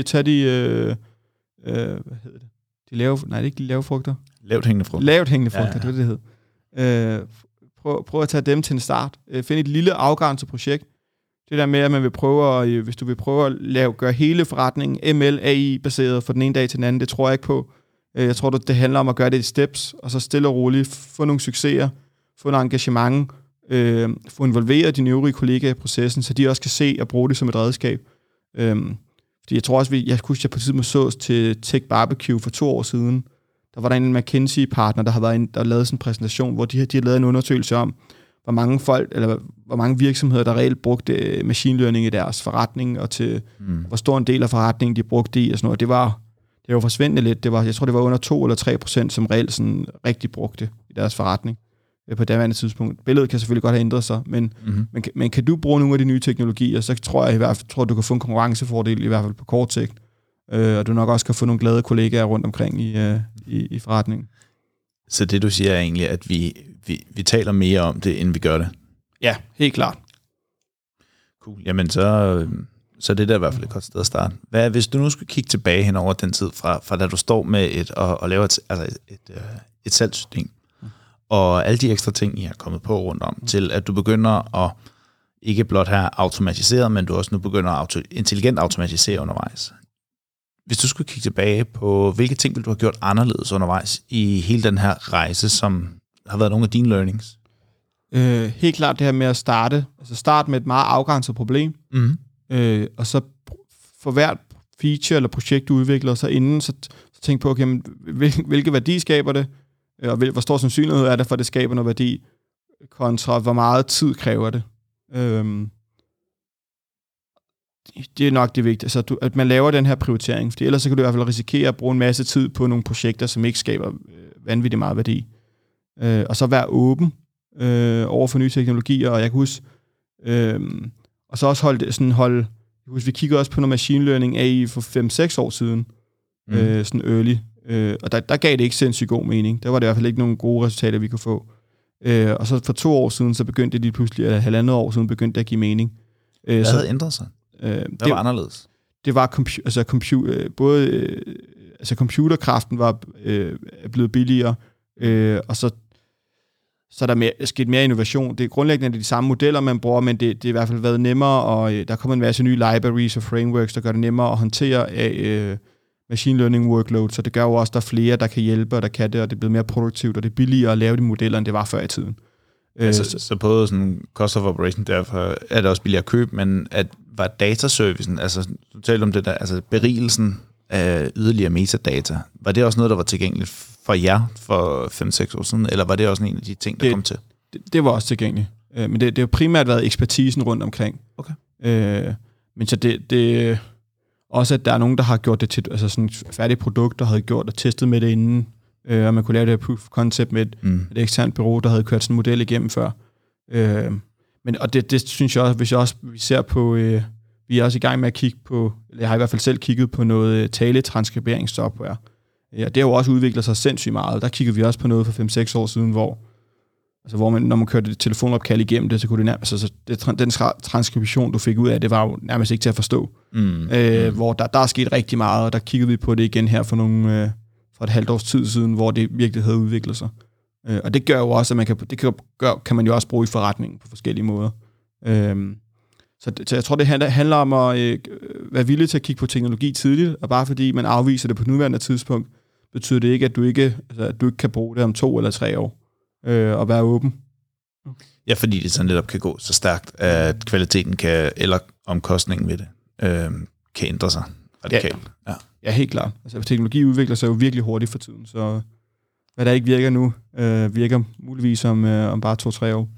hvad hedder det? Det er ikke de lave frugter. Lavt hængende frugter, det hedder. Prøv at tage dem til en start. Find et lille afgrænset projekt. Det der med, at man vil prøve hvis du vil prøve at gøre hele forretningen ML, AI-baseret fra den ene dag til den anden, det tror jeg ikke på. Jeg tror, det handler om at gøre det i steps, og så stille og roligt få nogle succeser, få noget engagement, få involveret dine øvrige kollegaer i processen, så de også kan se og bruge det som et redskab. Fordi jeg tror også, jeg husker, jeg på tidspunkt sås til Tech Barbecue for 2 år siden. Der var der en McKinsey-partner, der lavede sådan en præsentation, hvor de har lavet en undersøgelse om, hvor mange folk, eller hvor mange virksomheder, der reelt brugte machine learning i deres forretning, og til hvor stor en del af forretningen, de brugte i, og sådan noget. Det var forsvindende lidt. Jeg tror, det var under 2 eller 3%, som reelt sådan rigtig brugte i deres forretning på daværende tidspunkt. Billedet kan selvfølgelig godt have ændret sig, men kan du bruge nogle af de nye teknologier, så tror jeg i hvert fald, du kan få en konkurrencefordel, i hvert fald på kort sigt, og du nok også kan få nogle glade kollegaer rundt omkring i forretningen. Så det, du siger, er egentlig, at vi taler mere om det, end vi gør det? Ja, helt klart. Cool. Jamen, så er det der i hvert fald et godt sted at starte. Hvis du nu skulle kigge tilbage hen over den tid, fra da du står med og laver et salgssystem, og alle de ekstra ting, I har kommet på rundt om, til at du begynder at ikke blot have automatiseret, men du også nu begynder at intelligent automatisere undervejs. Hvis du skulle kigge tilbage på, hvilke ting ville du have gjort anderledes undervejs i hele den her rejse, som har været nogle af dine learnings? Helt klart det her med at starte med et meget afgrænset problem, og så for hvert feature eller projekt, du udvikler, så inden, så tænk på, okay, hvilke værdi skaber det, og hvor stor sandsynlighed er det for, at det skaber noget værdi, kontra hvor meget tid kræver det. Det er nok det vigtige, så at man laver den her prioritering, for ellers så kan du i hvert fald risikere at bruge en masse tid på nogle projekter, som ikke skaber vanvittigt meget værdi. Og så være åben over for nye teknologier, og jeg kan huske, og så også vi kiggede også på noget machine learning AI for 5-6 år siden, sådan early, og der gav det ikke sindssygt god mening. Der var det i hvert fald ikke nogen gode resultater, vi kunne få. Og så for 2 år siden, så begyndte det lige pludselig, eller 1,5 år siden, begyndte det at give mening. Hvad havde ændret sig? Hvad var anderledes? Det var computerkraften var blevet billigere, og så er der sket mere innovation. Det er grundlæggende de samme modeller, man bruger, men det er i hvert fald været nemmere, og der er kommet en masse nye libraries og frameworks, der gør det nemmere at håndtere machine learning workload, så det gør jo også, at der er flere, der kan hjælpe, og der kan det, og det er blevet mere produktivt, og det er billigere at lave de modeller, end det var før i tiden. Så både sådan cost of operation, derfor er det også billigere at købe, men var dataservicen, altså du talte om det der, altså berigelsen af yderligere metadata, var det også noget, der var tilgængeligt for jer for 5-6 år siden, eller var det også en af de ting, der kom til? Det var også tilgængeligt, men det har primært været ekspertisen rundt omkring. Okay. Men så det også, at der er nogen, der har gjort det til altså sådan et færdigt produkt, der havde gjort og testet med det inden, og man kunne lave det her proof of concept med et eksternt bureau, der havde kørt sådan en model igennem før. Og det synes jeg også, vi ser på, vi er også i gang med at kigge på, eller jeg har i hvert fald selv kigget på noget taletranskriberingssoftware. Ja, det har jo også udviklet sig sindssygt meget. Der kiggede vi også på noget for 5-6 år siden, hvor man, når man kørte et telefonopkald igennem det, så kunne det nærmest, altså den transkription, du fik ud af det, var jo nærmest ikke til at forstå. Hvor der er sket rigtig meget, og der kiggede vi på det igen her for et halvt års tid siden, hvor det virkelig havde udviklet sig. Og det gør jo også, at kan man jo også bruge i forretningen på forskellige måder. Så jeg tror, det handler om at være villig til at kigge på teknologi tidligt, og bare fordi man afviser det på nuværende tidspunkt, betyder det ikke, at du ikke kan bruge det om 2 eller 3 år, og være åben. Ja, fordi det så netop kan gå så stærkt, at kvaliteten eller omkostningen ved det kan ændre sig radikalt. Ja, helt klart. Altså, teknologi udvikler sig jo virkelig hurtigt for tiden, så hvad der ikke virker nu, virker muligvis om bare 2-3 år.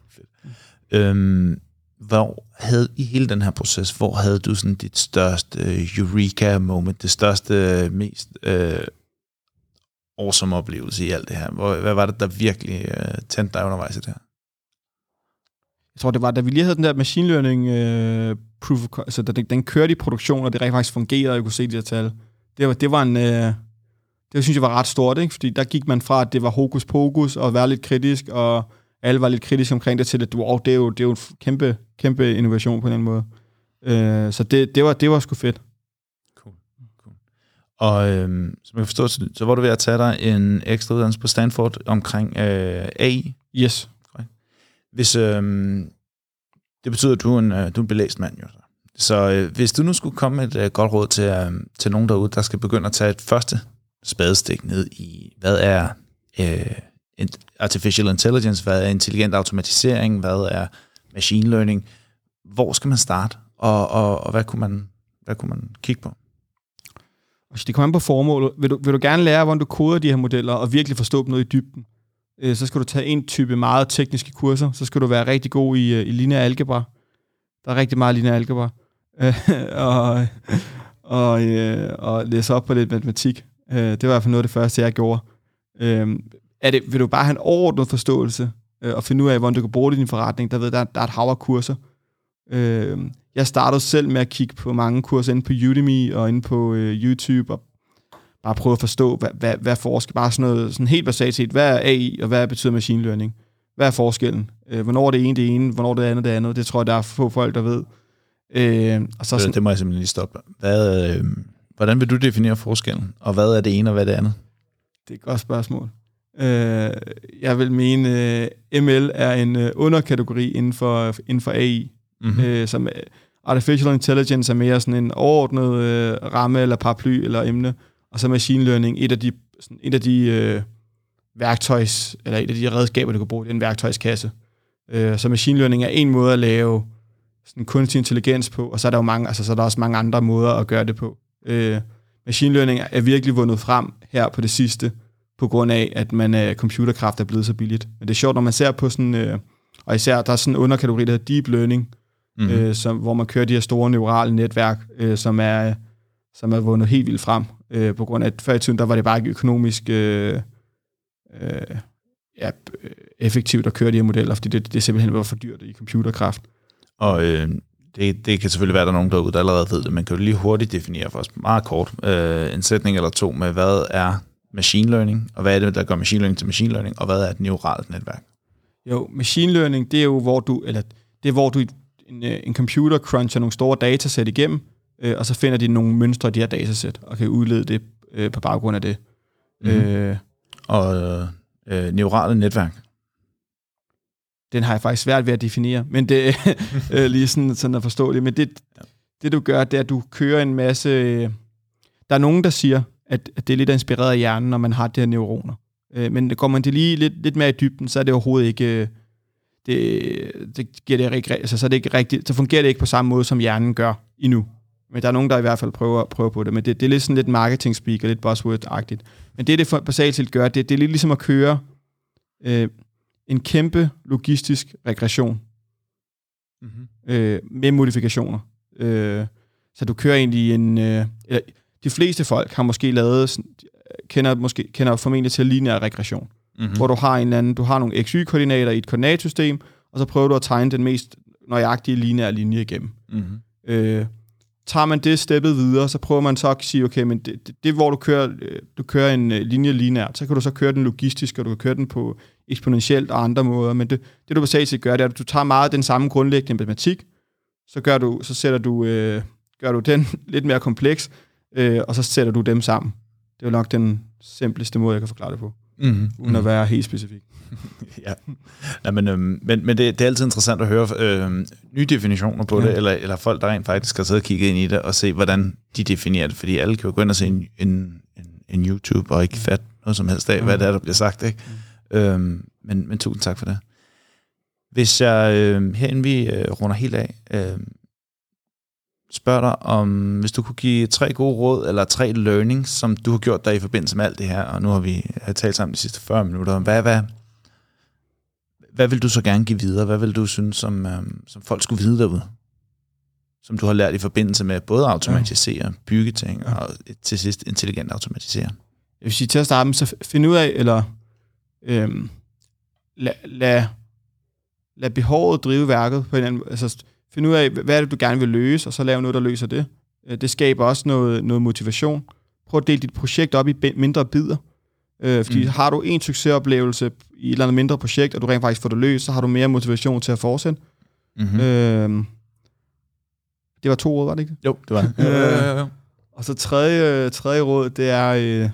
Hvor havde i hele den her proces, hvor havde du sådan dit største eureka moment, det største, mest awesome oplevelse i alt det her? Hvad var det, der virkelig tændte dig undervejs i det her? Jeg tror, det var, da vi lige havde den der machine learning proof of, altså den kørte i produktion, og det rent faktisk fungerede, og jeg kunne se de her tal. Det synes jeg var ret stort, ikke? Fordi der gik man fra, at det var hokus pokus, og være lidt kritisk, og alle var lidt kritiske omkring det, til at wow, det er jo en kæmpe innovation på en eller anden måde. Så det var sgu fedt. Cool. Og som jeg forstår, så var du ved at tage dig en ekstra uddannelse på Stanford omkring AI? Yes. Hvis, det betyder, at du er en belæst mand, jo. Så hvis du nu skulle komme med et godt råd til nogen derude, der skal begynde at tage et første spadestik ned i, hvad er artificial intelligence, hvad er intelligent automatisering, hvad er machine learning, hvor skal man starte, og hvad kunne Hvad kunne man kigge på? Det kommer an på formålet. Vil du gerne lære, hvordan du koder de her modeller, og virkelig forstå dem noget i dybden, så skal du tage en type meget tekniske kurser. Så skal du være rigtig god i lineær algebra. Der er rigtig meget lineær algebra. og læse op på lidt matematik. Det var i hvert fald noget af det første, jeg gjorde. Vil du bare have en overordnet forståelse, og finde ud af, hvordan du kan bruge det i din forretning? Der er et hav af kurser. Jeg startede selv med at kigge på mange kurser inde på Udemy og inde på YouTube, og bare prøve at forstå, hvad forskel, bare sådan helt basalt set, hvad er AI, og hvad betyder machine learning? Hvad er forskellen? Hvornår er det ene, hvornår er det andet? Det tror jeg, der er få folk, der ved. Og så det må jeg simpelthen lige stoppe. Hvordan vil du definere forskellen? Og hvad er det ene, og hvad er det andet? Det er et godt spørgsmål. Jeg vil mene, ML er en underkategori inden for AI. Mm-hmm. Som Artificial Intelligence er mere sådan en overordnet ramme, eller paraply, eller emne. Og så machine learning, et af de værktøjs, eller et af de redskaber, du kan bruge, det er en værktøjskasse. Så machine learning er en måde at lave sådan kunstig intelligens på, og så er der jo mange, så er der også mange andre måder at gøre det på. Machine learning er virkelig vundet frem her på det sidste, på grund af, at computerkraft er blevet så billigt. Men det er sjovt, når man ser på sådan, og især der er sådan en underkategori, der hedder deep learning, hvor man kører de her store neurale netværk, som er vundet helt vildt frem, på grund af, at før i tiden, der var det bare ikke økonomisk effektivt at køre de her modeller, fordi det simpelthen var for dyrt i computerkraft. Og det kan selvfølgelig være, der er nogen derude, der allerede ved det, men kan du lige hurtigt definere for os meget kort en sætning eller to med, hvad er machine learning, og hvad er det, der gør machine learning til machine learning, og hvad er et neuralt netværk? Jo, machine learning, det er jo, hvor du en computer cruncher nogle store datasæt igennem, og så finder de nogle mønstre i de her datasæt, og kan udlede det på baggrund af det. Neurale netværk? Den har jeg faktisk svært ved at definere, men det er lige sådan at forstå det. Men det du gør, det er, at du kører en masse... Der er nogen, der siger, at det er lidt inspireret af hjernen, når man har de her neuroner. Men går man det lige lidt mere i dybden, så er det overhovedet ikke... Det giver det ikke, altså, så er det ikke rigtigt, så fungerer det ikke på samme måde, som hjernen gør endnu. Men der er nogen, der i hvert fald prøver på det. Men det er lidt sådan lidt marketing speak og lidt buzzword-agtigt. Men det basalt set gør, det er lidt ligesom at køre en kæmpe logistisk regression med modifikationer. Så du kører egentlig de fleste folk har måske lavet, kender formentlig til lineær regression, hvor du har nogle XY-koordinater i et koordinatsystem, og så prøver du at tegne den mest nøjagtige lineære linje igennem. Tager man det steppet videre, så prøver man så at sige, okay, men det hvor du kører en linje lineært, så kan du så køre den logistisk, og du kan køre den på eksponentielt og andre måder, men det du basalt set gør, det er, at du tager meget den samme grundlæggende matematik, så gør du den lidt mere kompleks, og så sætter du dem sammen. Det er jo nok den simpleste måde, jeg kan forklare det på, uden at være helt specifik. Ja. Ja, men det er altid interessant at høre nye definitioner på det, eller folk, der rent faktisk har siddet og kigget ind i det, og se, hvordan de definerer det, fordi alle kan jo gå ind og se en YouTube, og ikke fatte noget som helst af, hvad det er, der bliver sagt, ikke? Men tusind tak for det. Hvis jeg herinde vi runder helt af, spørger dig om, hvis du kunne give 3 gode råd, eller 3 learnings, som du har gjort dig i forbindelse med alt det her, og nu har vi talt sammen de sidste 40 minutter, hvad vil du så gerne give videre? Hvad vil du synes, som folk skulle vide derude? Som du har lært i forbindelse med både at automatisere, bygge ting, og til sidst intelligent automatisere? Jeg vil sige til at starte med, så find ud af, eller lad behovet drive værket på en anden, altså find ud af, hvad er det, du gerne vil løse, og så lave noget, der løser det. Det skaber også noget motivation. Prøv at dele dit projekt op i mindre bidder. Fordi har du en succesoplevelse i et eller andet mindre projekt, og du rent faktisk får det løst, så har du mere motivation til at fortsætte. Det var 2 råd, var det ikke? Jo, det var det. Og så tredje råd, det er...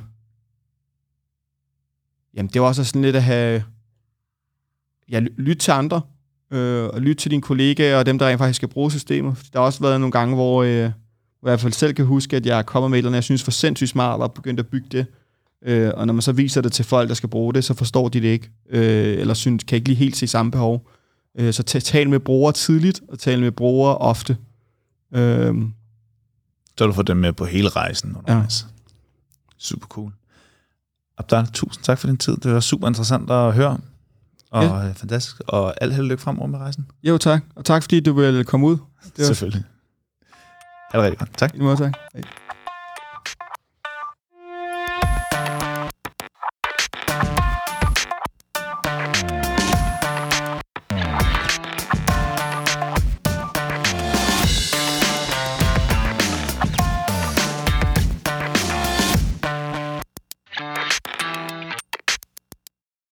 jamen, det var også sådan lidt at have... Ja, lyt til andre, og lyt til dine kollegaer, og dem, der rent faktisk skal bruge systemet. Der har også været nogle gange, hvor jeg i hvert fald selv kan huske, at jeg er kommet med et eller andet, jeg synes var sindssygt smart, og begyndt at bygge det. Og når man så viser det til folk, der skal bruge det, så forstår de det ikke, eller kan ikke lige helt se samme behov. Så tal med brugere tidligt, og tal med brugere ofte. Så har du fået dem med på hele rejsen undervejs. Ja. Super cool. Abdal, tusind tak for din tid. Det var super interessant at høre. Og fantastisk. Og alt held og lykke fremover med rejsen. Jo, tak. Og tak fordi du ville komme ud. Selvfølgelig. Ha' det rigtig godt. Tak. I måde, tak. Hej.